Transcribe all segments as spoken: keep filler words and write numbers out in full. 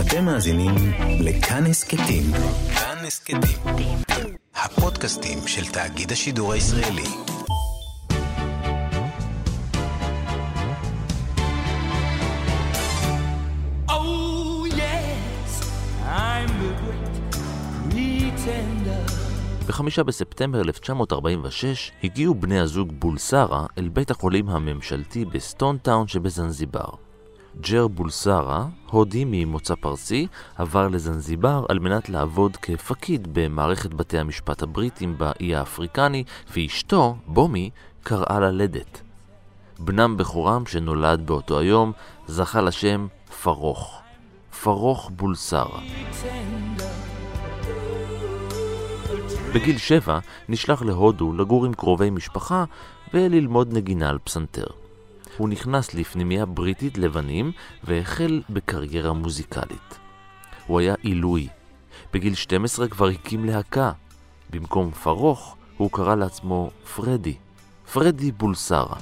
אתם מאזינים לכאן הסכתים. כאן הסכתים. הפודקאסטים של תאגיד השידור הישראלי. Oh yes, I'm the great pretender. בחמישה בספטמבר אלף תשע מאות ארבעים ושש הגיעו בני הזוג בולסרה אל בית החולים הממשלתי בסטונטאון שבזנזיבר. ג'ר בולסרה, הודי ממוצא פרסי, עבר לזנזיבר על מנת לעבוד כפקיד במערכת בתי המשפט הבריטים באי האפריקני, ואשתו, בומי, קראה ללדת. בנם בכורם שנולד באותו היום זכה לשם פרוך. פרוך בולסרה. בגיל שבע נשלח להודו לגור עם קרובי משפחה וללמוד נגינה על פסנתר. הוא נכנס לפנימיה בריטית לבנים והחל בקריירה מוזיקלית. הוא היה עילוי. בגיל שתים עשרה כבר הקים להקה. במקום פרוך הוא קרא לעצמו פרדי. פרדי בולסרה.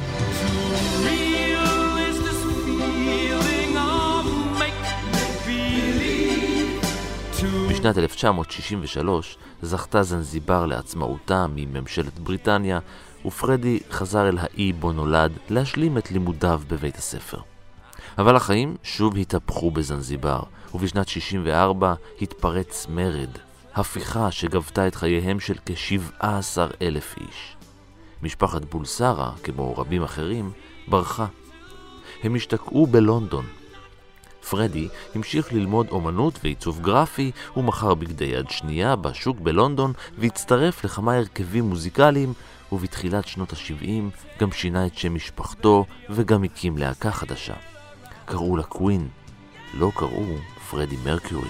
בשנת אלף תשע מאות שישים ושלוש זכתה זנזיבר לעצמאותה מממשלת בריטניה, ופרדי חזר אל האי בו נולד להשלים את לימודיו בבית הספר. אבל החיים שוב התהפכו בזנזיבר, ובשנת שישים וארבע התפרץ מרד, הפיכה שגבתה את חייהם של כ-שבעה עשר אלף איש. משפחת בולסרה, כמו רבים אחרים, ברחה. הם השתקעו בלונדון. פרדי המשיך ללמוד אומנות ועיצוב גרפי, ומכר בגדי יד שנייה בשוק בלונדון, והצטרף לכמה הרכבים מוזיקליים, ובתחילת שנות ה-שבעים גם שינה את שם משפחתו וגם הקים להקה חדשה. קראו לה קווין, לא קראו פרדי מרקיורי.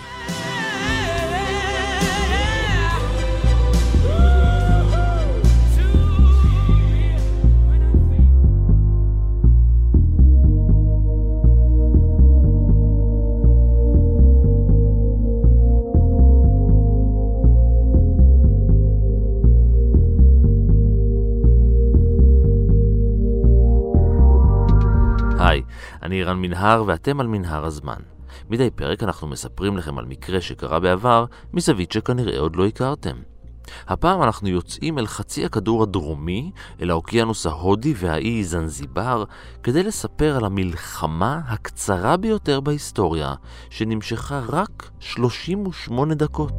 היי, אני אירן מנהר ואתם על מנהר הזמן. מדי פרק אנחנו מספרים לכם על מקרה שקרה בעבר מזווית שכנראה עוד לא הכרתם. הפעם אנחנו יוצאים אל חצי הכדור הדרומי, אל האוקיינוס ההודי והאי זנזיבר, כדי לספר על המלחמה הקצרה ביותר בהיסטוריה, שנמשכה רק שלושים ושמונה דקות.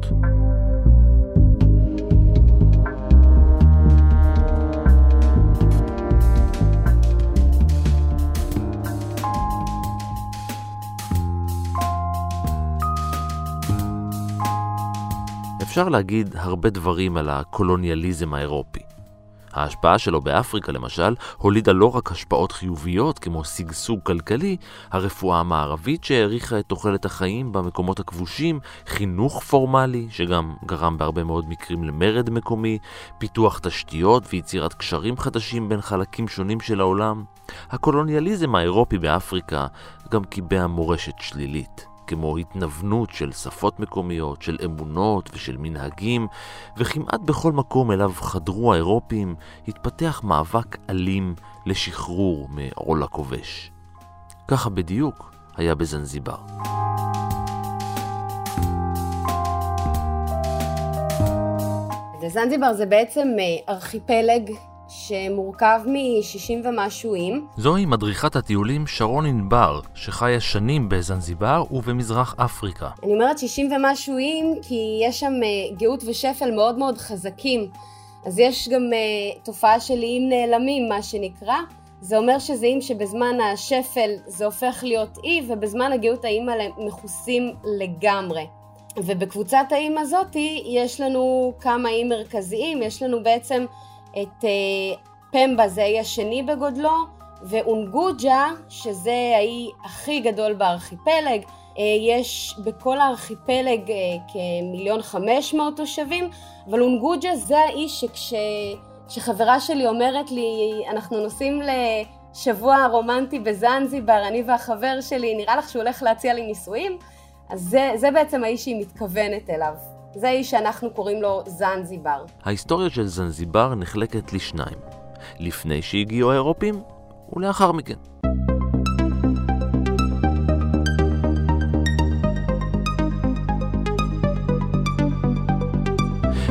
אפשר להגיד הרבה דברים על הקולוניאליזם האירופי. ההשפעה שלו באפריקה למשל הולידה לא רק השפעות חיוביות כמו סגסוג כלכלי, הרפואה המערבית שהאריכה את תוחלת החיים במקומות הכבושים, חינוך פורמלי שגם גרם בהרבה מאוד מקרים למרד מקומי, פיתוח תשתיות ויצירת קשרים חדשים בין חלקים שונים של העולם. הקולוניאליזם האירופי באפריקה גם קיבע מורשת שלילית, כמו התנוונות של שפות מקומיות, של אמונות ושל מנהגים, וכמעט בכל מקום אליו חדרו האירופים התפתח מאבק אלים לשחרור מעול הכובש. ככה בדיוק היה בזנזיבר. זנזיבר זה בעצם ארכיפלג שמורכב מ-שישים ומשהוים. זוהי מדריכת הטיולים שרון ענבר, שחיה שנים בזנזיבר ובמזרח אפריקה. אני אומרת שישים ומשהוים כי יש שם גאות ושפל מאוד מאוד חזקים. אז יש גם uh, תופעה של איים נעלמים, מה שנקרא. זה אומר שזה איים שבזמן השפל זה הופך להיות אי, ובזמן הגאות האיים האלה מכוסים לגמרי. ובקבוצת האיים הזאת יש לנו כמה איים מרכזיים. יש לנו בעצם את פמבה, זה האי השני בגודלו, ואונגוג'ה, שזה האי הכי גדול בארכיפלג. יש בכל הארכיפלג כמיליון חמש מאות תושבים, אבל אונגוג'ה זה האי שכשחברה שלי אומרת לי, אנחנו נוסעים לשבוע רומנטי בזנזיבר, אני והחבר שלי, נראה לך שהוא הולך להציע לי נישואים, אז זה, זה בעצם האי שהיא מתכוונת אליו. זה האי שאנחנו קוראים לו זנזיבר. ההיסטוריה של זנזיבר נחלקת לשניים, לפני שהגיעו האירופים ולאחר מכן.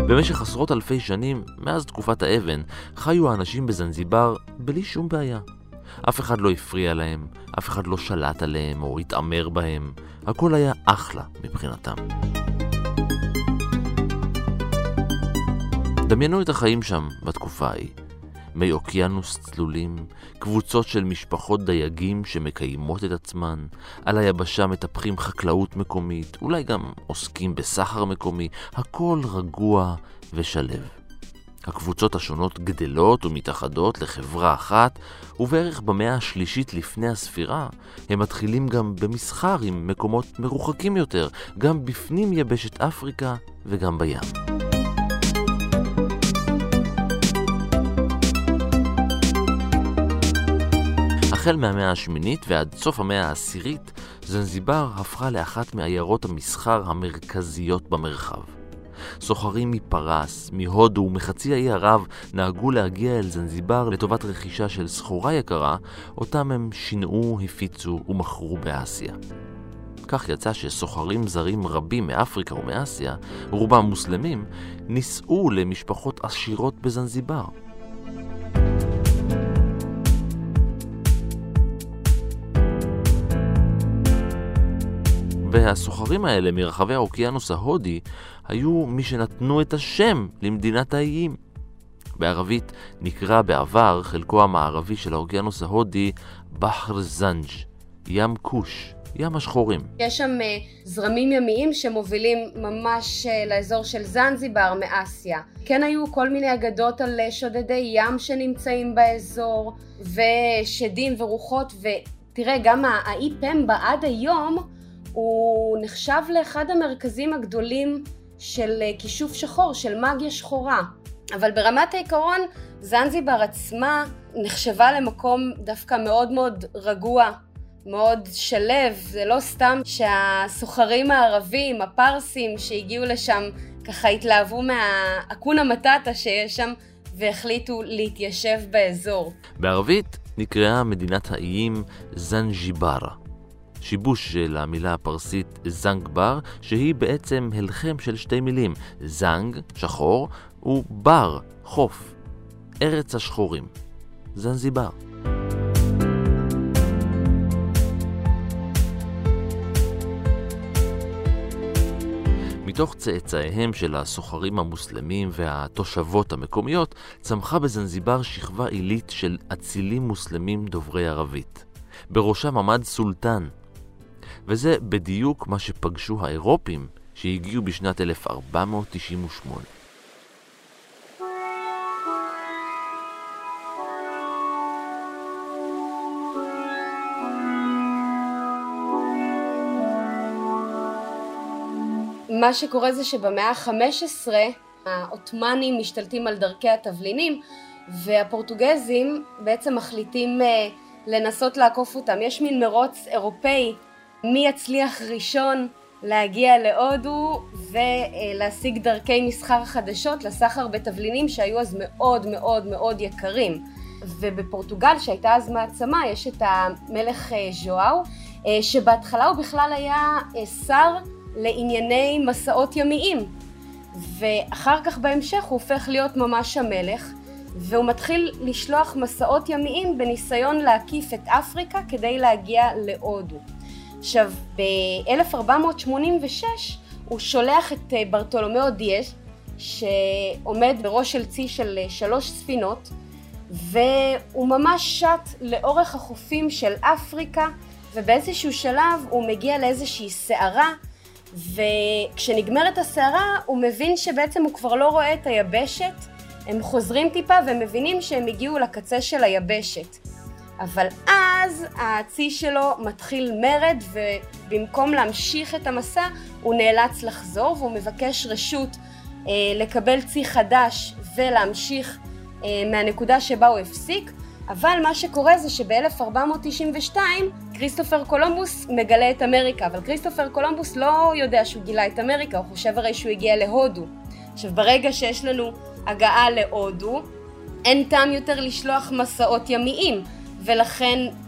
במשך עשרות אלפי שנים, מאז תקופת האבן, חיו האנשים בזנזיבר בלי שום בעיה. אף אחד לא הפריע להם, אף אחד לא שלט עליהם או התאמר בהם. הכל היה אחלה מבחינתם. דמיינו את החיים שם בתקופה ההיא. מי אוקיינוס צלולים, קבוצות של משפחות דייגים שמקיימות את עצמן, על היבשה מטפחים חקלאות מקומית, אולי גם עוסקים בסחר מקומי, הכל רגוע ושלב. הקבוצות השונות גדלות ומתאחדות לחברה אחת, ובערך במאה השלישית לפני הספירה, הם מתחילים גם במסחר עם מקומות מרוחקים יותר, גם בפנים יבשת אפריקה וגם בים. החל מהמאה השמינית ועד סוף המאה העשירית, זנזיבר הפכה לאחת מעיירות המסחר המרכזיות במרחב. סוחרים מפרס, מהודו ומחצי האי ערב נהגו להגיע אל זנזיבר לטובת רכישה של סחורה יקרה, אותם הם שינעו, הפיצו ומכרו באסיה. כך יצא שסוחרים זרים רבים מאפריקה ומאסיה, רובם מוסלמים, נישאו למשפחות עשירות בזנזיבר. והסוחרים האלה מרחבי האוקיינוס ההודי היו מי שנתנו את השם למדינת האיים. בערבית נקרא בעבר חלקו המערבי של האוקיינוס ההודי בחר זנג', ים כוש, ים השחורים. יש שם זרמים ימיים שמובילים ממש לאזור של זנזיבר מאסיה. כן היו כל מיני אגדות על שודדי ים שנמצאים באזור, ושדים ורוחות, ותראה גם האי פמבה עד היום הוא נחשב לאחד המרכזים הגדולים של כישוף שחור, של מגיה שחורה. אבל ברמת העיקרון, זנזיבר עצמה נחשבה למקום דווקא מאוד מאוד רגוע, מאוד שלב. זה לא סתם שהסוחרים הערבים, הפרסים שהגיעו לשם, ככה התלהבו מהאקונה מטאטה שיש שם, והחליטו להתיישב באזור. בערבית נקראה מדינת האיים זנג'יבר. שיבוש של המילה הפרסית זנגבר, שהיא בעצם הלחם של שתי מילים, זנג, שחור, ובר, חוף, ארץ השחורים, זנזיבר. מתוך צאצאיהם של הסוחרים המוסלמים והתושבות המקומיות, צמחה בזנזיבר שכבה עילית של אצילים מוסלמים דוברי ערבית. בראשם עמד סולטן, וזה בדיוק מה שפגשו האירופים שהגיעו בשנת אלף ארבע מאות תשעים ושמונה. מה שקורה זה שבמאה ה-חמש עשרה העות'מאנים משתלטים על דרכי התבלינים, והפורטוגזים בעצם מחליטים לנסות לעקוף אותם. יש מין מרוץ אירופאי, מי יצליח ראשון להגיע להודו ולהשיג דרכי מסחר חדשות לסחר בתבלינים שהיו אז מאוד מאוד מאוד יקרים. ובפורטוגל שהייתה אז מעצמה יש את המלך ז'ואאו, שבהתחלה הוא בכלל היה שר לענייני מסעות ימיים, ואחר כך בהמשך הוא הופך להיות ממש המלך, והוא מתחיל לשלוח מסעות ימיים בניסיון להקיף את אפריקה כדי להגיע להודו. עכשיו, ב-אלף ארבע מאות שמונים ושש הוא שולח את ברטולומיאו דיאז, שעומד בראש של צי של שלוש ספינות, והוא ממש שט לאורך החופים של אפריקה, ובאיזשהו שלב הוא מגיע לאיזושהי שערה, וכשנגמרת השערה הוא מבין שבעצם הוא כבר לא רואה את היבשת. הם חוזרים טיפה ומבינים שהם הגיעו לקצה של היבשת. אבל אז הצי שלו מתחיל מרד, ובמקום להמשיך את המסע הוא נאלץ לחזור, והוא מבקש רשות אה, לקבל צי חדש ולהמשיך אה, מהנקודה שבה הוא הפסיק. אבל מה שקורה זה שב-אלף ארבע מאות תשעים ושתיים כריסטופר קולומבוס מגלה את אמריקה, אבל כריסטופר קולומבוס לא יודע שהוא גילה את אמריקה, הוא חושב הרי שהוא הגיע להודו. עכשיו, ברגע שיש לנו הגעה להודו, אין טעם יותר לשלוח מסעות ימיים, ולכן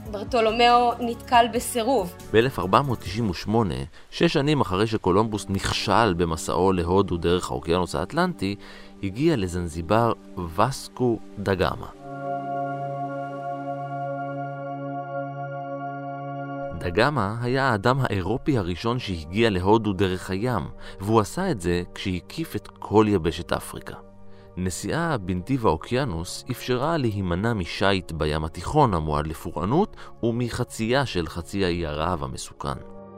ברטולומיאו נתקל בסירוב. ב-אלף ארבע מאות תשעים ושמונה, שש שנים אחרי שקולומבוס נכשל במסעו להודו דרך האוקיינוס האטלנטי, הגיע לזנזיבר וסקו דה גאמה. דה גאמה היה האדם האירופי הראשון שהגיע להודו דרך הים, והוא עשה את זה כשהקיף את כל יבשת אפריקה. נסיעה בנתיב האוקיינוס אפשרה להימנע משייט בים התיכון המועד לפורענות ומחצייה של חצי האי ערב המסוכן.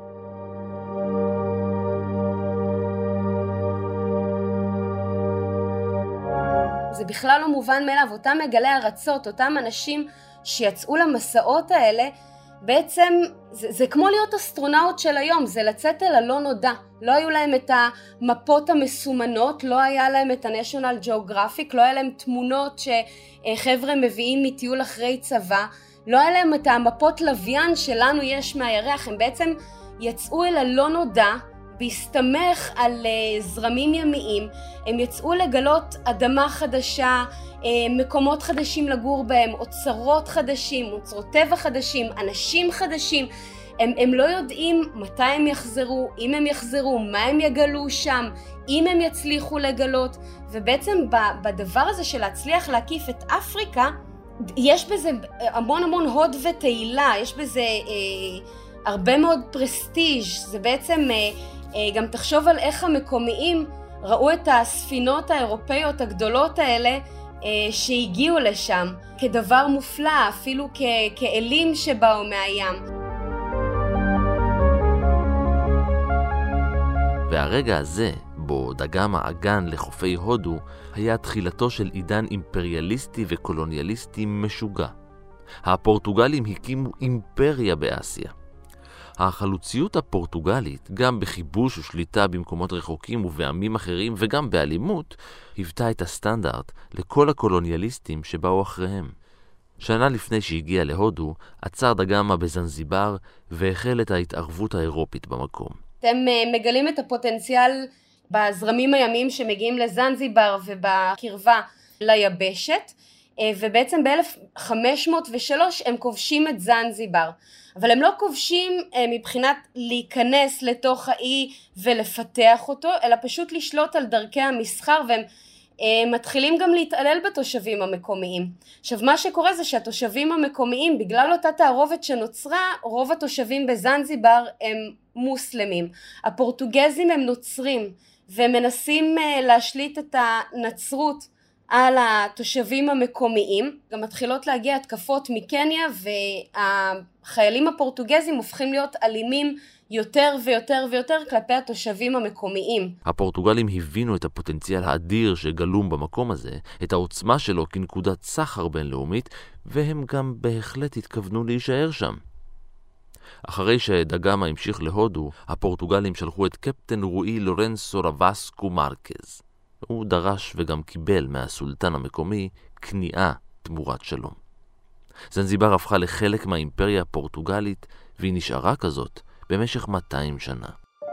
זה בכלל לא מובן מאליו, אותם מגלי ארצות, אותם אנשים שיצאו למסעות האלה, בעצם זה, זה כמו להיות אסטרונאוט של היום, זה לצאת אל הלא נודע. לא היו להם את המפות המסומנות, לא היה להם את ה-National Geographic, לא היה להם תמונות שחבר'ה מביאים מטיול אחרי צבא, לא היה להם את המפות לוויין שלנו יש מהירח, הם בעצם יצאו אל הלא נודע, בהסתמך על זרמים ימיים, הם יצאו לגלות אדמה חדשה, מקומות חדשים לגור בהם, אוצרות חדשים, אוצרות טבע חדשים, אנשים חדשים. הם, הם לא יודעים מתי הם יחזרו, אם הם יחזרו, מה הם יגלו שם, אם הם יצליחו לגלות. ובעצם בדבר הזה של להצליח להקיף את אפריקה, יש בזה המון המון הוד ותהילה, יש בזה אה, הרבה מאוד פרסטיג'. זה בעצם, אה, אה, גם תחשוב על איך המקומיים ראו את הספינות האירופאיות הגדולות האלה, שהגיעו לשם כדבר מופלא, אפילו כ- כאלים שבאו מהים. והרגע הזה, בו דה גאמה אגן לחופי הודו, היה תחילתו של עידן אימפריאליסטי וקולוניאליסטי משוגע. הפורטוגלים הקימו אימפריה באסיה. החלוציות הפורטוגלית, גם בכיבוש ושליטה במקומות רחוקים ובעמים אחרים וגם באלימות, היוותה את הסטנדרט לכל הקולוניאליסטים שבאו אחריהם. שנה לפני שהגיע להודו, עצר דה גאמה בזנזיבר והחל את ההתערבות האירופית במקום. אתם מגלים את הפוטנציאל בזרמים הימיים שמגיעים לזנזיבר ובקרבה ליבשת, ובעצם ב-אלף חמש מאות ושלוש הם כובשים את זנזיבר. אבל הם לא כובשים מבחינת להיכנס לתוך האי ולפתח אותו, אלא פשוט לשלוט על דרכי המסחר, והם מתחילים גם להתעלל בתושבים המקומיים. עכשיו מה שקורה זה שהתושבים המקומיים, בגלל אותה תערובת שנוצרה, רוב התושבים בזנזיבר הם מוסלמים. הפורטוגזים הם נוצרים, והם מנסים להשליט את הנצרות על התושבים המקומיים. גם מתחילות להגיע התקפות מקניה, והחיילים הפורטוגזים הופכים להיות אלימים יותר ויותר ויותר כלפי התושבים המקומיים. הפורטוגלים הבינו את הפוטנציאל האדיר שגלום במקום הזה, את העוצמה שלו כנקודת סחר בינלאומית, והם גם בהחלט התכוונו להישאר שם. אחרי שדה גאמה המשיך להודו, הפורטוגלים שלחו את קפטן רואי לורנסו רווסקו מרקז. הוא דרש וגם קיבל מהסולטן המקומי כניעה תמורת שלום. זנזיבר הפכה לחלק מהאימפריה הפורטוגלית, והיא נשארה כזאת במשך מאתיים שנה.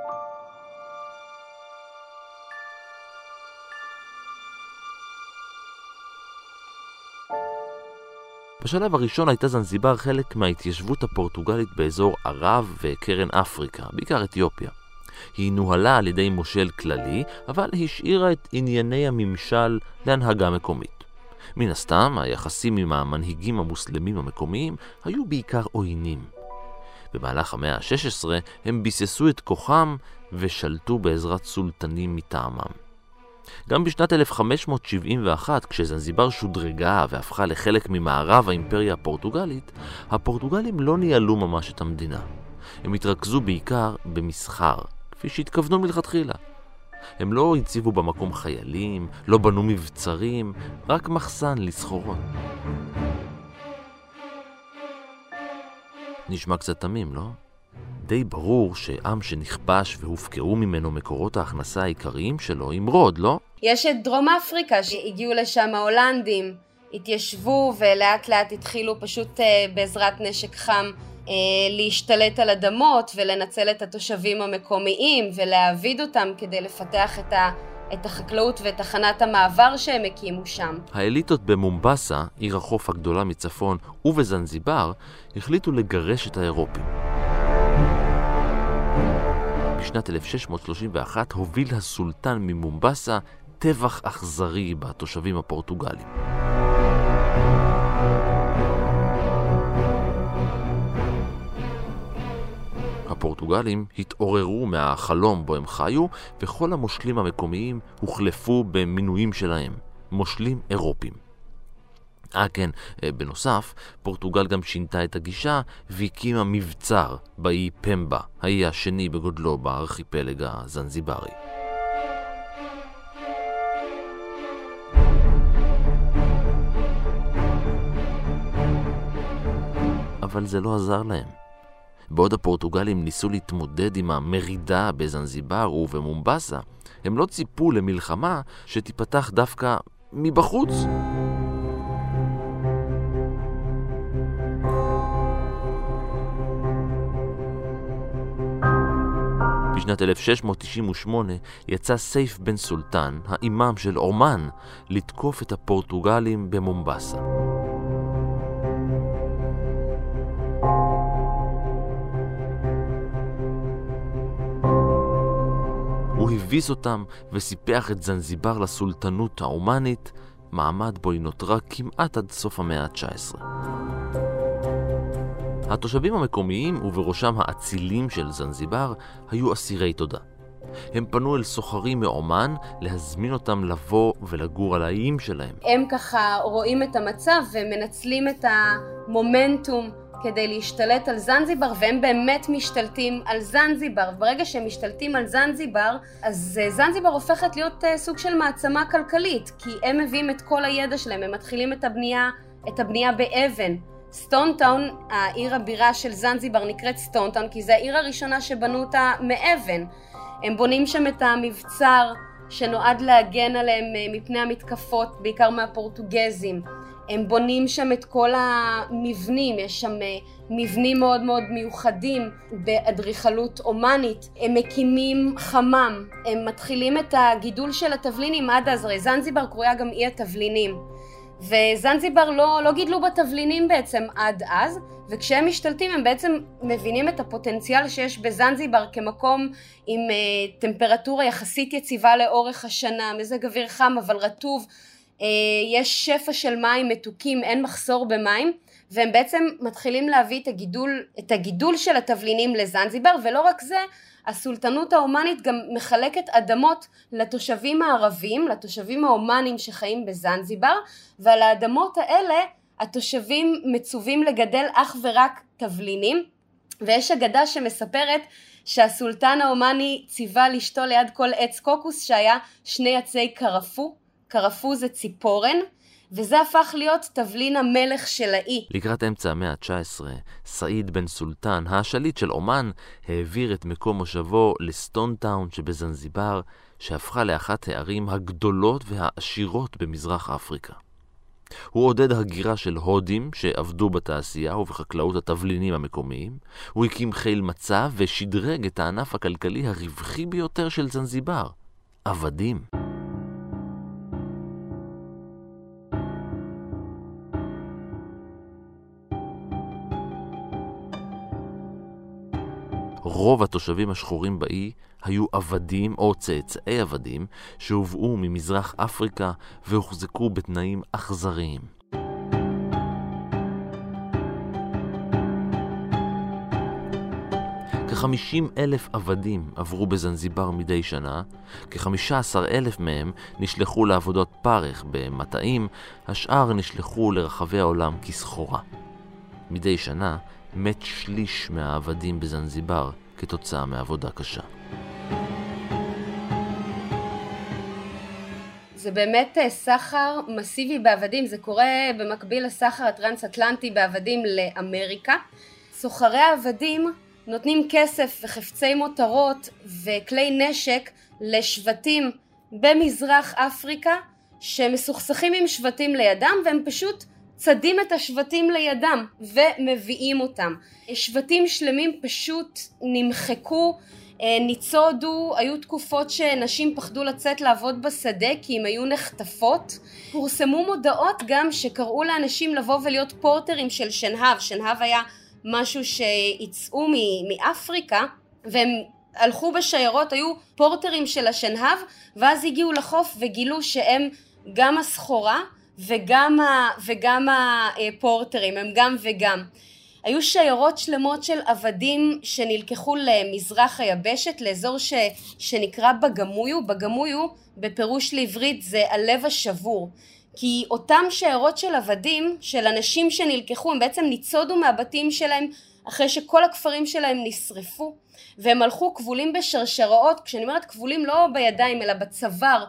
בשלב הראשון הייתה זנזיבר חלק מההתיישבות הפורטוגלית באזור ערב וקרן אפריקה, בעיקר אתיופיה. היא נוהלה על ידי מושל כללי, אבל השאירה את ענייני הממשל להנהגה מקומית. מן הסתם, היחסים עם המנהיגים המוסלמים המקומיים היו בעיקר עוינים. במהלך המאה ה-שש עשרה הם ביססו את כוחם ושלטו בעזרת סולטנים מטעמם. גם בשנת אלף חמש מאות שבעים ואחת, כשזנזיבר שודרגה והפכה לחלק ממערב האימפריה הפורטוגלית, הפורטוגלים לא ניהלו ממש את המדינה. הם התרכזו בעיקר במסחר, כפי שהתכוונו מלכתחילה. הם לא הציבו במקום חיילים, לא בנו מבצרים, רק מחסן לסחורות. נשמע קצת תמים, לא? די ברור שעם שנכבש והופקעו ממנו מקורות ההכנסה העיקריים שלו ימרוד, לא? יש את דרום אפריקה שהגיעו לשם ההולנדים, התיישבו ולאט לאט התחילו פשוט בעזרת נשק חם להשתלט על אדמות ולנצל את התושבים המקומיים ולהעביד אותם כדי לפתח את את החקלאות ואת תחנת המעבר שהם הקימו שם. האליטות במומבסה, עיר החוף הגדולה מצפון, ובזנזיבר, החליטו לגרש את האירופים. בשנת אלף שש מאות שלושים ואחת הוביל הסולטן ממומבסה טבח אכזרי בתושבים הפורטוגלים. הפורטוגלים התעוררו מהחלום בו הם חיו, וכל המושלים המקומיים הוחלפו במינויים שלהם, מושלים אירופים. אה כן, בנוסף, פורטוגל גם שינתה את הגישה והקימה מבצר באי פמבה, האי השני בגודלו בארכיפלג הזנזיברי. אבל זה לא עזר להם. בעוד הפורטוגלים ניסו להתמודד עם המרידה בזנזיבר ובמומבסה, הם לא ציפו למלחמה שתיפתח דווקא מבחוץ. בשנת אלף שש מאות תשעים ושמונה יצא סייף בן סולטן, האימאם של עומן, לתקוף את הפורטוגלים במומבסה. הוא הביס אותם וסיפח את זנזיבר לסולטנות העומנית, מעמד בו היא נותרה כמעט עד סוף המאה ה-תשע עשרה. התושבים המקומיים ובראשם האצילים של זנזיבר היו אסירי תודה. הם פנו אל סוחרים מעומן להזמין אותם לבוא ולגור על האיים שלהם. הם ככה רואים את המצב ומנצלים את המומנטום כדי להשתלט על זנזיבר, והם באמת משתלטים על זנזיבר. ברגע שהם משתלטים על זנזיבר, אז זנזיבר הופכת להיות סוג של מעצמה כלכלית, כי הם מביאים את כל הידע שלהם, הם מתחילים את הבנייה, את הבנייה באבן. סטונטאון, העיר הבירה של זנזיבר, נקראת סטונטאון, כי זו העיר הראשונה שבנו אותה מאבן. הם בונים שם את המבצר שנועד להגן עליהם מפני המתקפות, בעיקר מהפורטוגזים. הם בונים שם את כל המבנים, יש שם מבנים מאוד מאוד מיוחדים באדריכלות אומנית. הם מקימים חמם, הם מתחילים את הגידול של התבלינים עד אז, הרי זנזיבר קרויה גם אי התבלינים. וזנזיבר לא, לא גידלו בתבלינים בעצם עד אז, וכשהם משתלטים הם בעצם מבינים את הפוטנציאל שיש בזנזיבר כמקום עם uh, טמפרטורה יחסית יציבה לאורך השנה, מזג אוויר חם אבל רטוב, uh, יש שפע של מים מתוקים, אין מחסור במים, והם בעצם מתחילים להביא את הגידול, את הגידול של התבלינים לזנזיבר, ולא רק זה, הסולטנות העומנית גם מחלקת אדמות לתושבים הערבים, לתושבים העומנים שחיים בזנזיבר, ועל האדמות האלה התושבים מצווים לגדל אך ורק תבלינים, ויש אגדה שמספרת שהסולטן העומני ציווה לשתול ליד כל עץ קוקוס שהיה שני עצי קרפו, קרפו זה ציפורן, וזה הפך להיות תבלין המלך של האי. לקראת אמצע המאה ה-תשע עשרה, סעיד בן סולטן, השליט של עומן, העביר את מקום מושבו לסטונטאון שבזנזיבר, שהפכה לאחת הערים הגדולות והעשירות במזרח אפריקה. הוא עודד הגירה של הודים שעבדו בתעשייה ובחקלאות התבלינים המקומיים, הוא הקים חיל מצב ושדרג את הענף הכלכלי הרווחי ביותר של זנזיבר, עבדים. רוב התושבים השחורים באי היו עבדים או צאצאי עבדים שהובאו ממזרח אפריקה והוחזקו בתנאים אכזריים. כ-חמישים אלף עבדים עברו בזנזיבר מדי שנה, כ-חמישה עשר אלף מהם נשלחו לעבודות פרח במטעים, השאר נשלחו לרחבי העולם כסחורה. מדי שנה מת שליש מהעבדים בזנזיבר כתוצאה מעבודה קשה. זה באמת סחר מסיבי בעבדים, זה קורה במקביל לסחר הטרנס-אטלנטי בעבדים לאמריקה. סוחרי העבדים נותנים כסף וחפצי מותרות וכלי נשק לשבטים במזרח אפריקה שמסוכסכים עם שבטים לידם, והם פשוט צדים את השבטים לידם ומביאים אותם. שבטים שלמים פשוט נמחקו, ניצודו, היו תקופות שנשים פחדו לצאת לעבוד בשדה כי הם היו נחטפות. פורסמו מודעות גם שקראו לאנשים לבוא ולהיות פורטרים של שנהב. שנהב היה משהו שיצאו מאפריקה והם הלכו בשיירות, היו פורטרים של השנהב, ואז הגיעו לחוף וגילו שהם גם הסחורה וגם, ה, וגם הפורטרים, הם גם וגם. היו שיירות שלמות של עבדים שנלקחו למזרח היבשת, לאזור ש, שנקרא בגמויו. בגמויו בפירוש לעברית זה הלב השבור. כי אותם שיירות של עבדים, של אנשים שנלקחו, הם בעצם ניצודו מהבתים שלהם אחרי שכל הכפרים שלהם נשרפו, והם הלכו כבולים בשרשראות, כשאני אומרת כבולים לא בידיים אלא בצוואר,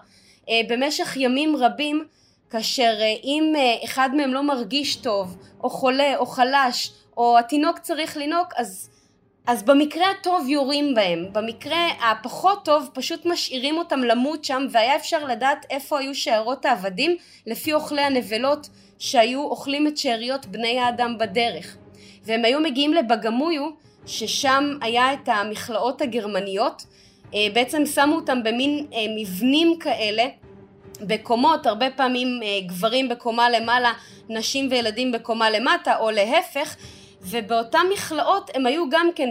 במשך ימים רבים, כאשר אם אחד מהם לא מרגיש טוב, או חולה, או חלש, או התינוק צריך לינוק, אז, אז במקרה הטוב יורים בהם, במקרה הפחות טוב פשוט משאירים אותם למות שם, והיה אפשר לדעת איפה היו שיירות העבדים, לפי אוכלי הנבלות שהיו אוכלים את שאריות בני האדם בדרך. והם היו מגיעים לבגמויו, ששם היה את המכלאות הגרמניות, בעצם שמו אותם במין מבנים כאלה, בקומות, הרבה פעמים גברים בקומה למעלה, נשים וילדים בקומה למטה, או להפך, ובאותם מכלאות הם היו גם כן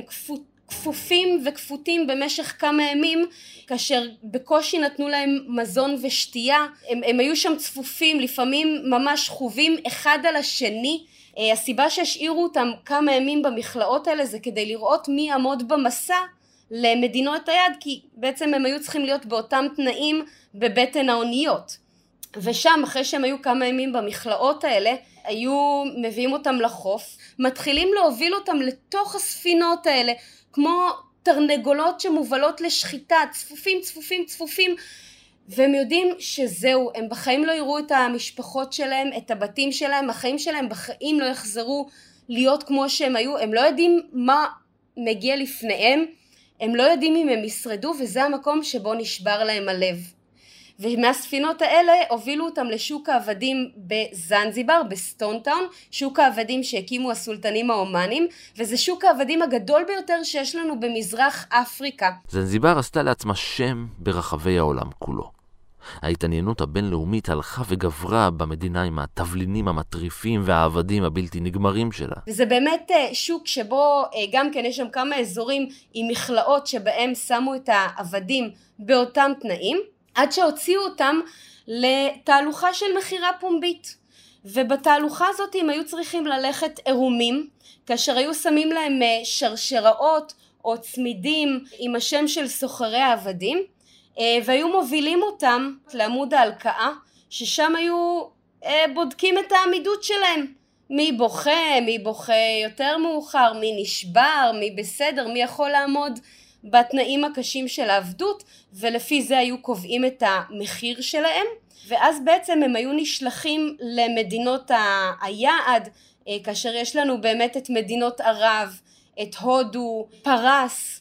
כפופים וכפותים במשך כמה ימים, כאשר בקושי נתנו להם מזון ושתייה, הם, הם היו שם צפופים, לפעמים ממש חובים אחד על השני. הסיבה שהשאירו אותם כמה ימים במכלאות האלה זה כדי לראות מי יעמוד במסע למדינות היד, כי בעצם הם היו צריכים להיות באותם תנאים בבטן האוניות. ושם אחרי שהם היו כמה ימים במכלאות האלה, היו מביאים אותם לחוף, מתחילים להוביל אותם לתוך הספינות האלה, כמו תרנגולות שמובלות לשחיטה, צפופים, צפופים, צפופים, והם יודעים שזהו, הם בחיים לא יראו את המשפחות שלהם, את הבתים שלהם, החיים שלהם בחיים לא יחזרו להיות כמו שהם היו, הם לא יודעים מה מגיע לפניהם, הם לא יודעים אם הם ישרדו, וזה המקום שבו נשבר להם הלב. ומהספינות האלה הובילו אותם לשוק העבדים בזנזיבר, בסטונטאון, שוק העבדים שהקימו הסולטנים העומנים, וזה שוק העבדים הגדול ביותר שיש לנו במזרח אפריקה. זנזיבר עשתה לעצמה שם ברחבי העולם כולו. ההתעניינות הבינלאומית הלכה וגברה במדינה עם התבלינים המטריפים והעבדים הבלתי נגמרים שלה. וזה באמת שוק שבו גם כן יש שם כמה אזורים עם מכלאות שבהם שמו את העבדים באותם תנאים, עד שהוציאו אותם לתהלוכה של מחירה פומבית. ובתהלוכה הזאת הם היו צריכים ללכת עירומים, כאשר היו שמים להם שרשראות או צמידים עם השם של סוחרי העבדים, והיו מובילים אותם לעמוד ההלקאה, ששם היו בודקים את העמידות שלהם. מי בוכה, מי בוכה יותר מאוחר, מי נשבר, מי בסדר, מי יכול לעמוד בתנאים הקשים של העבדות, ולפי זה היו קובעים את המחיר שלהם, ואז בעצם הם היו נשלחים למדינות ה- היעד, כאשר יש לנו באמת את מדינות ערב, את הודו, פרס,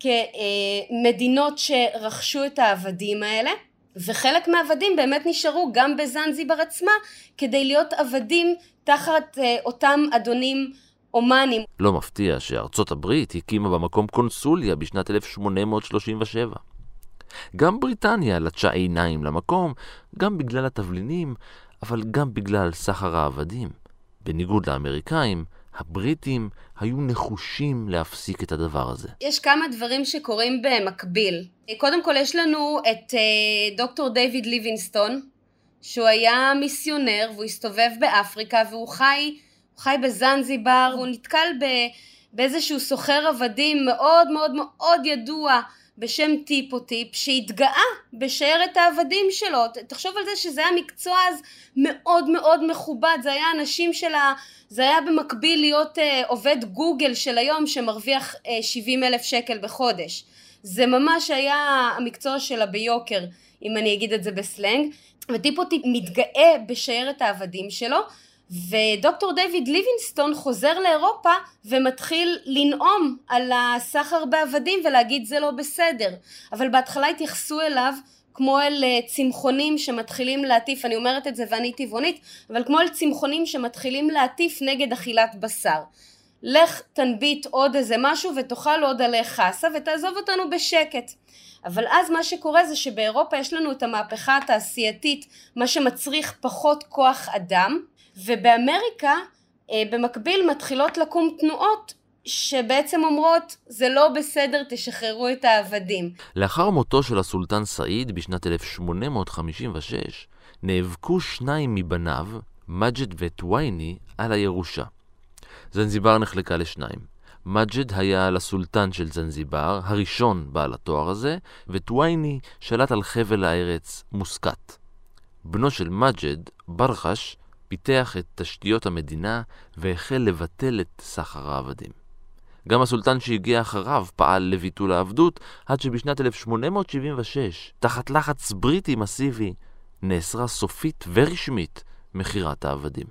כמדינות שרכשו את העבדים האלה, וחלק מהעבדים באמת נשארו גם בזנזיבר עצמה, כדי להיות עבדים תחת אותם אדונים אומנים. לא מפתיע שארצות הברית הקימה במקום קונסוליה בשנת אלף שמונה מאות שלושים ושבע. גם בריטניה לטשה עיניים למקום, גם בגלל התבלינים, אבל גם בגלל סחר העבדים. בניגוד לאמריקאים, הבריטים היו נחושים להפסיק את הדבר הזה. יש כמה דברים שקורים במקביל. קודם כל יש לנו את דוקטור דיוויד ליווינסטון, שהוא היה מיסיונר והוא הסתובב באפריקה והוא חי, הוא חי בזנזיבר, והוא נתקל ב, באיזשהו סוחר עבדים מאוד מאוד מאוד ידוע בשם טיפו-טיפ, שהתגאה בשיירת העבדים שלו. תחשוב על זה שזה היה מקצוע אז מאוד מאוד מכובד, זה היה אנשים שלה, זה היה במקביל להיות uh, עובד גוגל של היום שמרוויח uh, שבעים אלף שקל בחודש. זה ממש היה המקצוע שלה ביוקר, אם אני אגיד את זה בסלנג. וטיפו-טיפ מתגאה בשיירת העבדים שלו, ודוקטור דיוויד ליווינסטון חוזר לאירופה ומתחיל לנאום על הסחר בעבדים ולהגיד זה לא בסדר. אבל בהתחלה התייחסו אליו כמו אל צמחונים שמתחילים להטיף, אני אומרת את זה ואני טבעונית, אבל כמו אל צמחונים שמתחילים להטיף נגד אכילת בשר. לך תנביט עוד איזה משהו ותאכל עוד עלי חסה ותעזוב אותנו בשקט. אבל אז מה שקורה זה שבאירופה יש לנו את המהפכה התעשייתית, מה שמצריך פחות כוח אדם, ובאמריקה במקביל מתחילות לקום תנועות שבעצם אומרות זה לא בסדר, תשחררו את העבדים. לאחר מותו של הסולטן סעיד בשנת אלף שמונה מאות חמישים ושש נאבקו שניים מבניו, מג'ד וטווייני, על הירושה. זנזיבר נחלקה לשניים. מג'ד היה לסולטן של זנזיבר, הראשון בעל התואר הזה, וטווייני שלט על חבל הארץ מוסקט. בנו של מג'ד, ברחש, פיתח את תשתיות המדינה והחל לבטל את סחר העבדים. גם הסולטן שהגיע אחריו פעל לביטול העבדות, עד שבשנת אלף שמונה מאות שבעים ושש, תחת לחץ בריטי מסיבי, נאסרה סופית ורשמית מחירת העבדים.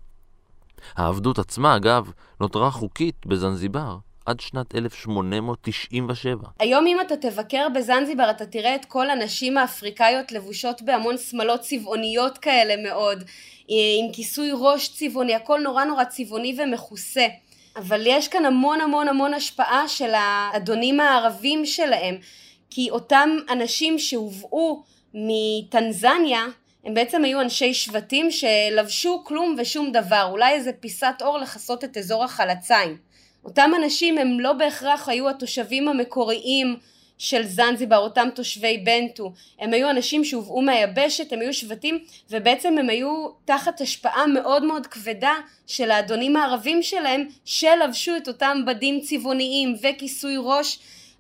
העבדות עצמה, אגב, נותרה חוקית בזנזיבר עד שנת אלף שמונה מאות תשעים ושבע. היום אם אתה תבקר בזנזיבר, אתה תראה את כל הנשים האפריקאיות לבושות בהמון סמלות צבעוניות כאלה מאוד, עם כיסוי ראש צבעוני, הכל נורא נורא צבעוני ומכוסה. אבל יש כאן המון המון המון השפעה של האדונים הערבים שלהם, כי אותם אנשים שהובאו מטנזניה, הם בעצם היו אנשי שבטים שלבשו כלום ושום דבר, אולי איזה פיסת אור לחסות את אזור החלציים. אותם אנשים הם לא בהכרח היו התושבים המקוריים של זנזיבר, אותם תושבי בנטו. הם היו אנשים שהובאו מהיבשת, הם היו שבטים, ובעצם הם היו תחת השפעה מאוד מאוד כבדה של האדונים הערבים שלהם, שלבשו את אותם בדים צבעוניים וכיסוי ראש,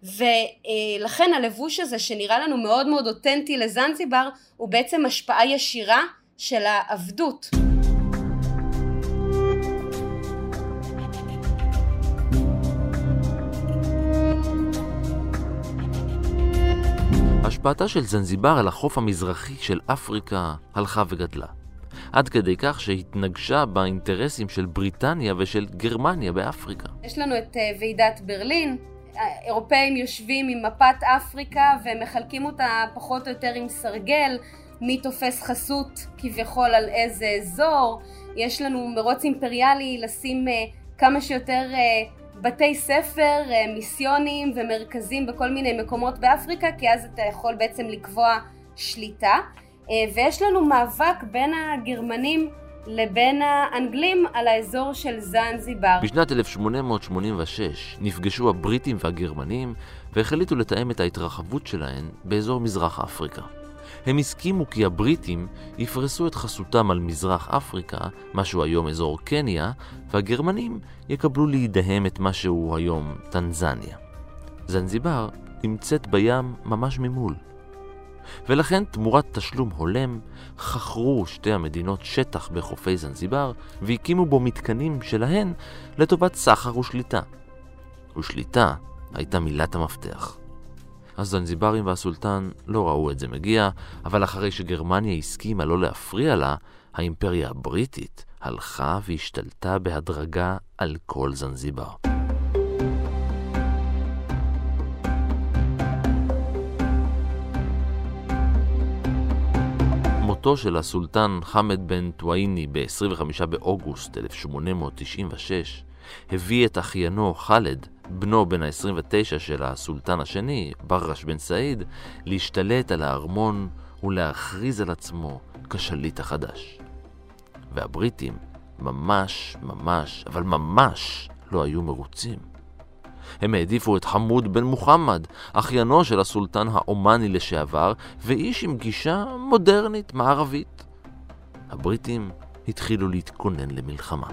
ולכן הלבוש הזה שנראה לנו מאוד מאוד אותנטי לזנזיבר, הוא בעצם השפעה ישירה של העבדות. השפעתה של זנזיבר על החוף המזרחי של אפריקה הלכה וגדלה, עד כדי כך שהתנגשה באינטרסים של בריטניה ושל גרמניה באפריקה. יש לנו את ועידת ברלין, האירופאים יושבים עם מפת אפריקה ומחלקים אותה פחות או יותר עם סרגל, מי תופס חסות כביכול על איזה אזור. יש לנו מרוץ אימפריאלי לשים כמה שיותר בתי ספר, מיסיונים ומרכזים בכל מיני מקומות באפריקה, כי אז אתה יכול בעצם לקבוע שליטה. ויש לנו מאבק בין הגרמנים לבין האנגלים על האזור של זנזיבר. בשנת אלף שמונה מאות שמונים ושש נפגשו הבריטים והגרמנים והחליטו לתאם את ההתרחבות שלהן באזור מזרח אפריקה. הם הסכימו כי הבריטים יפרסו את חסותם על מזרח אפריקה, משהו היום אזור קניה, והגרמנים יקבלו לידיהם את משהו היום טנזניה. זנזיבר נמצאת בים ממש ממול. ולכן תמורת תשלום הולם חכרו שתי המדינות שטח בחופי זנזיבר והקימו בו מתקנים שלהן לטובת סחר ושליטה. ושליטה הייתה מילת המפתח. הזנזיברים והסולטן לא ראו את זה מגיע, אבל אחרי שגרמניה הסכימה לא להפריע לה, האימפריה הבריטית הלכה והשתלטה בהדרגה על כל זנזיבר. מותו של הסולטן חמד בן טווייני ב-עשרים וחמישה באוגוסט אלף שמונה מאות תשעים ושש הביא את אחיינו חלד, בנו בן ה-עשרים ותשע של הסולטן השני, ברש בן סעיד, להשתלט על הארמון ולהכריז על עצמו כשליט החדש. והבריטים ממש ממש, אבל ממש לא היו מרוצים. הם העדיפו את חמוד בן מוחמד, אחיינו של הסולטן האומני לשעבר, ואיש עם גישה מודרנית מערבית. הבריטים התחילו להתכונן למלחמה.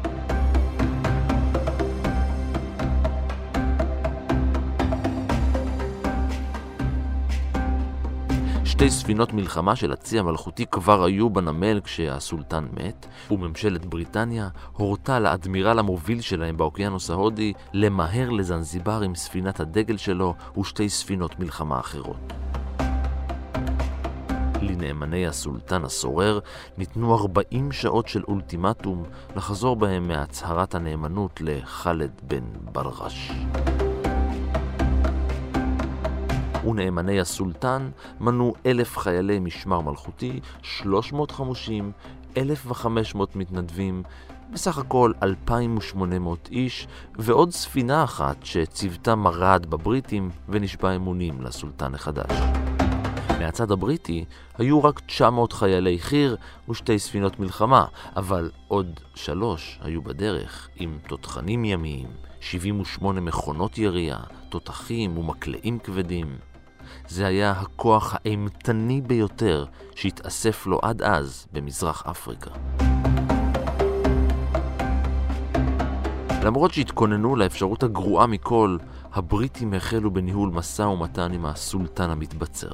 שתי ספינות מלחמה של הצי המלכותי כבר היו בנמל כשהסולטן מת, וממשלת בריטניה הורתה לאדמירל המוביל שלהם באוקיינוס ההודי למהר לזנזיבר עם ספינת הדגל שלו ושתי ספינות מלחמה אחרות. לנאמני הסולטן הסורר ניתנו ארבעים שעות של אולטימטום לחזור בהם מהצהרת הנאמנות לחלד בן ברש. ונאמני הסולטן מנו אלף חיילי משמר מלכותי, שלוש מאות חמושים, אלף וחמש מאות מתנדבים, בסך הכל אלפיים ושמונה מאות איש, ועוד ספינה אחת שציוותה מרד בבריטים ונשבע אמונים לסולטן החדש. מהצד הבריטי היו רק תשע מאות חיילי חיר ושתי ספינות מלחמה, אבל עוד שלוש היו בדרך עם תותחנים ימיים, שבעים ושמונה מכונות ירייה, תותחים ומקלעים כבדים. זה היה הכוח האימתני ביותר שהתאסף לו עד אז במזרח אפריקה. למרות שהתכוננו לאפשרות הגרועה מכל, הבריטים החלו בניהול משא ומתן עם הסולטן המתבצר.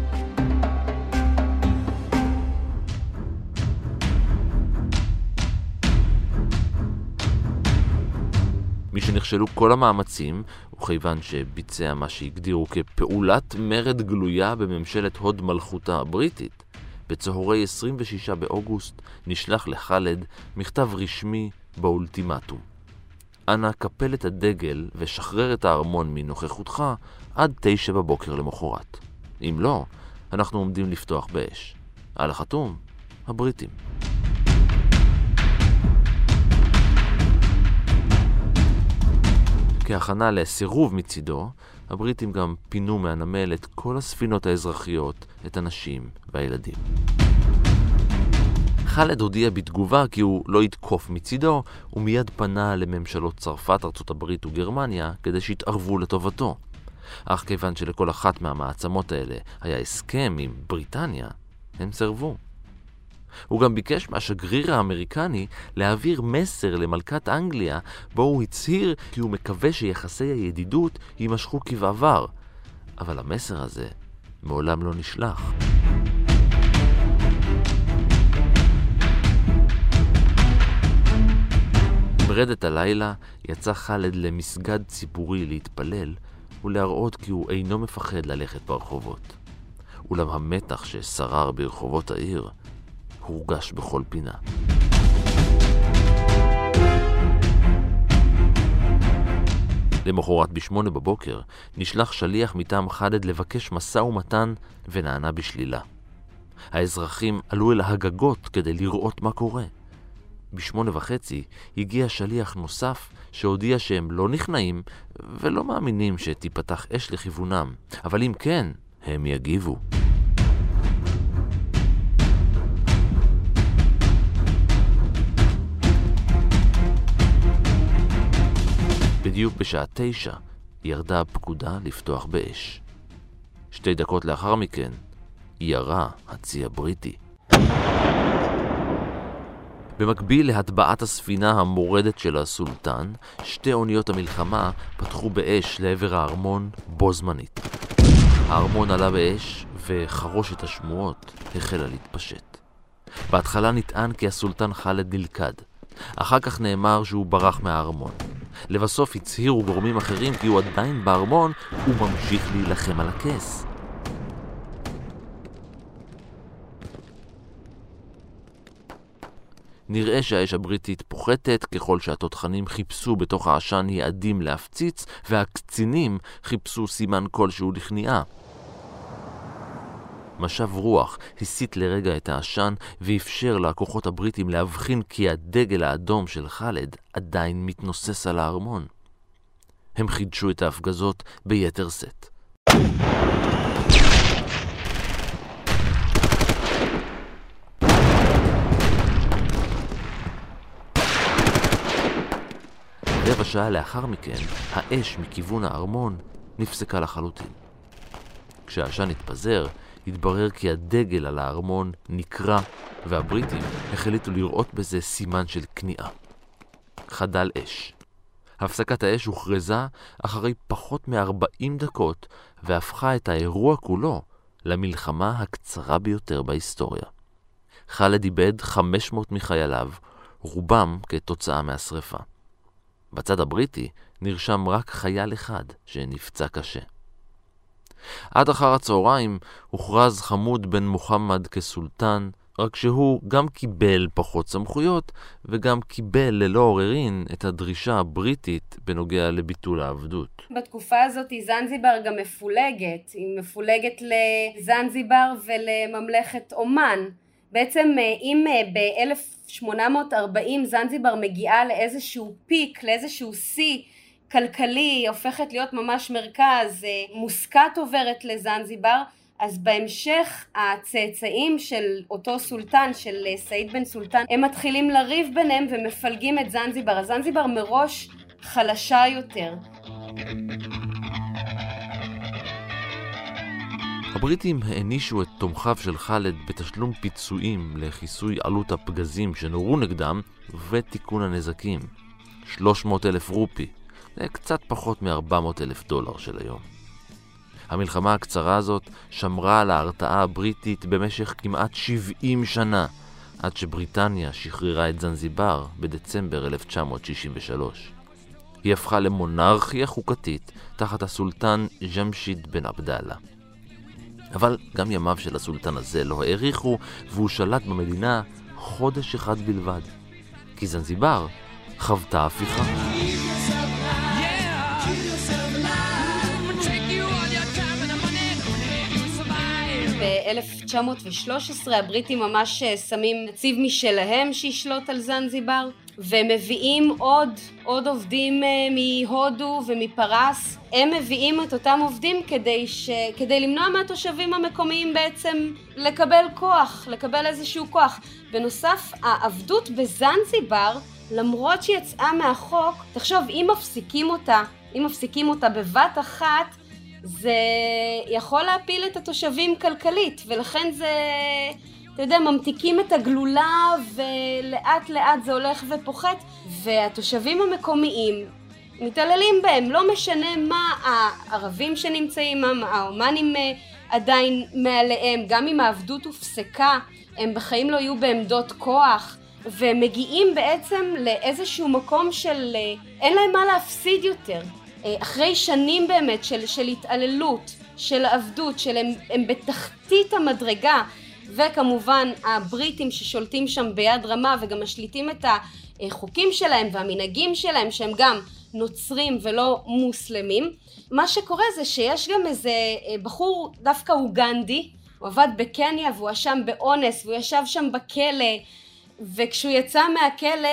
מי שנכשלו כל המאמצים, וכיוון שביצע מה שהגדירו כפעולת מרד גלויה בממשלת הוד מלכותה הבריטית, בצהרי עשרים ושישה באוגוסט נשלח לחלד מכתב רשמי באולטימטום. אנא קפל את הדגל ושחרר את הארמון מנוכחותך עד תשע בבוקר למחרת. אם לא, אנחנו עומדים לפתוח באש. על החתום, הבריטים. כהכנה לסירוב מצידו, הבריטים גם פינו מהנמל את כל הספינות האזרחיות, את הנשים והילדים. חלד הודיע בתגובה כי הוא לא יתקוף מצידו, ומיד פנה לממשלות צרפת, ארצות הברית וגרמניה כדי שיתערבו לטובתו. אך כיוון שלכל אחת מהמעצמות האלה היה הסכם עם בריטניה, הם סרבו. הוא גם ביקש מהשגריר האמריקני להעביר מסר למלכת אנגליה, בו הוא הצהיר כי הוא מקווה שיחסי הידידות יימשכו כבעבר. אבל המסר הזה מעולם לא נשלח. ברדת הלילה יצא חלד למסגד ציבורי להתפלל ולהראות כי הוא אינו מפחד ללכת ברחובות. אולם המתח ששרר ברחובות העיר הורגש בכל פינה. למחרת בשמונה בבוקר נשלח שליח מטעם חלד לבקש משא ומתן ונענה בשלילה. האזרחים עלו אל הגגות כדי לראות מה קורה. בשמונה וחצי הגיע שליח נוסף שהודיע שהם לא נכנעים ולא מאמינים שתיפתח אש לכיוונם, אבל אם כן, הם יגיבו. בדיוק בשעה תשע ירדה הפקודה לפתוח באש. שתי דקות לאחר מכן ירה הצי הבריטי. במקביל להטבעת הספינה המורדת של הסולטן, שתי אוניות המלחמה פתחו באש לעבר הארמון בו זמנית. הארמון עלה באש וחרושת השמועות החלה להתפשט. בהתחלה נטען כי הסולטן חלד נלכד. אחר כך נאמר שהוא ברח מהארמון. לבסוף הצהירו גורמים אחרים כי הוא עדיין בארמון וממשיך להילחם על הכס. נראה שהאש הבריטית פוחתת ככל שהתותחנים חיפשו בתוך העשן יעדים להפציץ והקצינים חיפשו סימן כלשהו לכניעה. משב רוח הסיט לרגע את העשן ואפשר לכוחות הבריטים להבחין כי הדגל האדום של חלד עדיין מתנוסס על הארמון. הם חידשו את ההפגזות ביתר סט. רבע שעה לאחר מכן, האש מכיוון הארמון נפסקה לחלוטין. כשהעשן התפזר, התברר כי הדגל על הארמון נקרע, והבריטים החליטו לראות בזה סימן של כניעה. חדל אש. הפסקת האש הוכרזה אחרי פחות מ-ארבעים דקות, והפכה את האירוע כולו למלחמה הקצרה ביותר בהיסטוריה. חלד איבד חמש מאות מחייליו, רובם כתוצאה מהשריפה. בצד הבריטי נרשם רק חייל אחד שנפצע קשה. עד אחר הצהריים הוכרז חמוד בן מוחמד כסולטן, רק שהוא גם קיבל פחות סמכויות וגם קיבל ללא עוררין את הדרישה הבריטית בנוגע לביטול העבדות. בתקופה הזאת זנזיבר גם מפולגת, היא מפולגת לזנזיבר ולממלכת אומן. בעצם אם ב-אלף שמונה מאות וארבעים זנזיבר מגיעה לאיזשהו פיק, לאיזשהו שיא כלכלי, הופכת להיות ממש מרכז, מוסקת עוברת לזנזיבר, אז בהמשך הצאצאים של אותו סולטן, של סעיד בן סולטן, הם מתחילים לריב ביניהם ומפלגים את זנזיבר. אז זנזיבר מראש חלשה יותר. הבריטים הענישו את תומכיו של חאלד בתשלום פיצויים לכיסוי עלות הפגזים שנורו נגדם ותיקון הנזקים. שלוש מאות אלף רופי, זה קצת פחות מ-ארבע מאות אלף דולר של היום. המלחמה הקצרה הזאת שמרה על ההרתעה הבריטית במשך כמעט שבעים שנה, עד שבריטניה שחררה את זנזיבר בדצמבר אלף תשע מאות שישים ושלוש. היא הפכה למונרכיה חוקתית תחת הסולטן ג'משיד בן עבדאללה. אבל גם ימיו של הסולטן הזה לא האריכו, והוא שלט במדינה חודש אחד בלבד. כי זנזיבר חוותה הפיכה. ב-אלף תשע מאות ושלוש עשרה הבריטים ממש שמים נציב משלהם שישלוט על זנזיבר, ומביאים עוד, עוד עובדים מהודו ומפרס. הם מביאים את אותם עובדים כדי, ש... כדי למנוע מהתושבים המקומיים בעצם לקבל כוח, לקבל איזשהו כוח. בנוסף, העבדות בזנזיבר, למרות שיצאה מהחוק, תחשוב, אם מפסיקים אותה, אם מפסיקים אותה בבת אחת, זה יכול להפיל את התושבים כלכלית, ולכן זה, אתה יודע, ממתיקים את הגלולה ולאט לאט זה הולך ופוחת, והתושבים המקומיים מתעללים בהם, לא משנה מה הערבים שנמצאים, מה האומנים עדיין מעליהם, גם אם העבדות הופסקה, הם בחיים לא יהיו בעמדות כוח, ומגיעים בעצם לאיזשהו מקום של אין להם מה להפסיד יותר. אחרי שנים באמת של, של התעללות, של עבדות, של הם, הם בתחתית המדרגה, וכמובן הבריטים ששולטים שם ביד רמה וגם משליטים את החוקים שלהם והמנהגים שלהם שהם גם נוצרים ולא מוסלמים. מה שקורה זה שיש גם איזה בחור דווקא אוגנדי, הוא עבד בקניה והוא ישב באונס והוא ישב שם בכלא, וכשהוא יצא מהכלא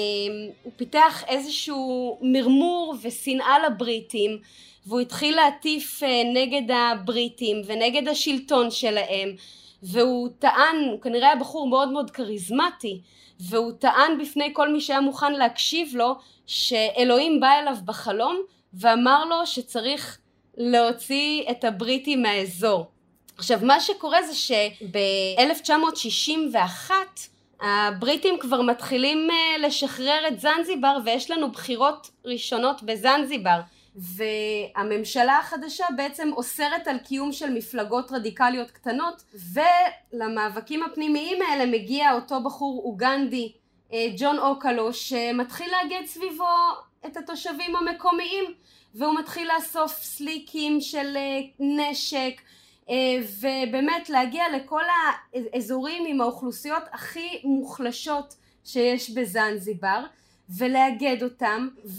הוא פיתח איזשהו מרמור ושנאה לבריטים, והוא התחיל להטיף נגד הבריטים ונגד השלטון שלהם, והוא טען, הוא כנראה היה בחור מאוד מאוד קריזמטי, והוא טען בפני כל מי שהיה מוכן להקשיב לו שאלוהים בא אליו בחלום ואמר לו שצריך להוציא את הבריטים מהאזור. עכשיו מה שקורה זה שב-אלף תשע מאות שישים ואחת הבריטים כבר מתחילים לשחרר את זנזיבר, ויש לנו בחירות ראשונות בזנזיבר, והממשלה החדשה בעצם אוסרת על קיום של מפלגות רדיקליות קטנות, ולמאבקים הפנימיים האלה מגיע אותו בחור אוגנדי, ג'ון אוקלו, שמתחיל לאגד סביבו את התושבים המקומיים, והוא מתחיל לאסוף סליקים של נשק, ובאמת להגיע לכל האזורים עם האוכלוסיות הכי מוחלשות שיש בזנזיבר, ולאגד אותם ו-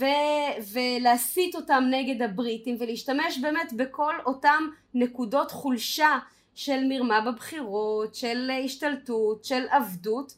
ולהסית אותם נגד הבריטים, ולהשתמש באמת בכל אותם נקודות חולשה של מרמה בבחירות, של השתלטות, של עבדות,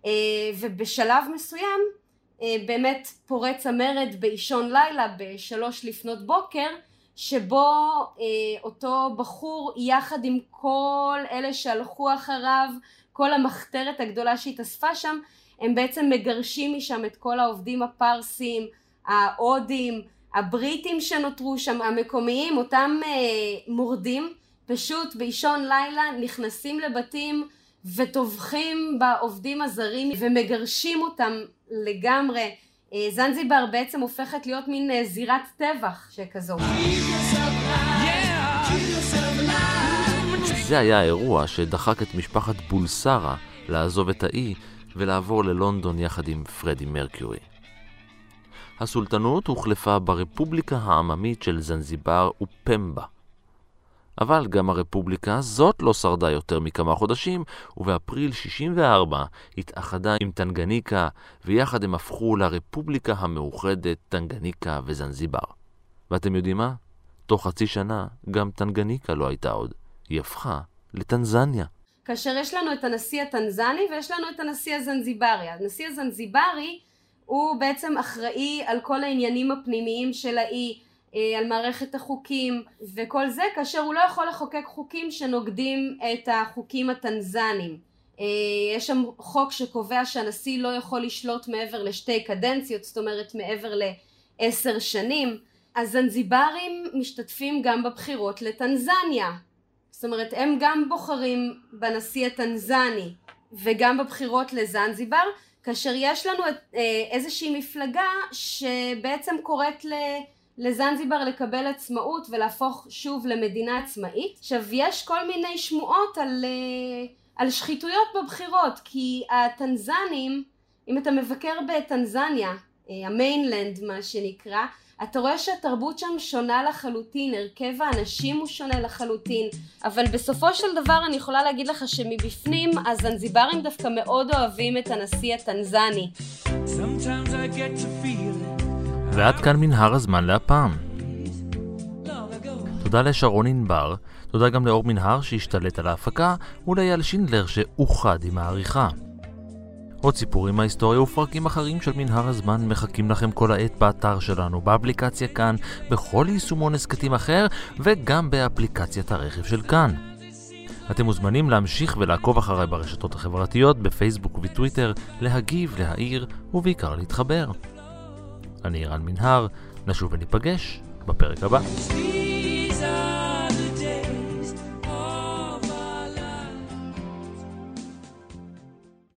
ובשלב מסוים באמת פורץ המרד באישון לילה בשלוש לפנות בוקר, שבו אה, אותו בחור יחד עם כל אלה שהלכו אחריו, כל המחתרת הגדולה שהתאספה שם, הם בעצם מגרשים משם את כל העובדים הפרסים, ההודים, הבריטים שנותרו שם, המקומיים, אותם אה, מורדים, פשוט באישון לילה נכנסים לבתים וטובחים בעובדים הזרים ומגרשים אותם לגמרי. זנזיבר בעצם הופכת להיות מין זירת טבח שכזו. זה היה האירוע שדחק את משפחת בולסרה לעזוב את האי ולעבור ללונדון יחד עם פרדי מרקיורי. הסולטנות הוחלפה ברפובליקה העממית של זנזיבר ופמבה. אבל גם הרפובליקה הזאת לא שרדה יותר מכמה חודשים, ובאפריל שישים וארבע התאחדה עם טנגניקה, ויחד הם הפכו לרפובליקה המאוחדת טנגניקה וזנזיבר. ואתם יודעים מה? תוך חצי שנה גם טנגניקה לא הייתה עוד. היא הפכה לטנזניה. כאשר יש לנו את הנשיא הטנזני ויש לנו את הנשיא הזנזיברי. הנשיא הזנזיברי הוא בעצם אחראי על כל העניינים הפנימיים של האי, על מערכת החוקים וכל זה, כאשר הוא לא יכול לחוקק חוקים שנוגדים את החוקים הטנזנים. יש שם חוק שקובע שהנשיא לא יכול לשלוט מעבר לשתי קדנציות, זאת אומרת מעבר לעשר שנים. הזנזיברים משתתפים גם בבחירות לטנזניה. זאת אומרת, הם גם בוחרים בנשיא הטנזני וגם בבחירות לזנזיבר, כאשר יש לנו איזושהי מפלגה שבעצם קוראת לזנזיבר לקבל עצמאות ולהפוך שוב למדינה עצמאית. עכשיו, יש כל מיני שמועות על, על שחיתויות בבחירות, כי הטנזנים, אם אתה מבקר בטנזניה, המיינלנד מה שנקרא, אתה רואה שהתרבות שם שונה לחלוטין, הרכב האנשים הוא שונה לחלוטין, אבל בסופו של דבר אני יכולה להגיד לך שמבפנים הזנזיברים דווקא מאוד אוהבים את הנשיא הטנזני. ועד כאן מנהר הזמן להפעם. תודה לשרון ענבר, תודה גם לאור מנהר שהשתלט על ההפקה, ולאייל שינדלר שאוחד עם העריכה. עוד סיפורים מההיסטוריה ופרקים אחרים של מנהר הזמן מחכים לכם כל העת באתר שלנו, באפליקציה כאן, בכל יישומון הסקטים אחר, וגם באפליקציית הרכב של כאן. אתם מוזמנים להמשיך ולעקוב אחריי ברשתות החברתיות, בפייסבוק ובטוויטר, להגיב, להעיר ובעיקר להתחבר. אני אירן מנהר, נשוב וניפגש בפרק הבא.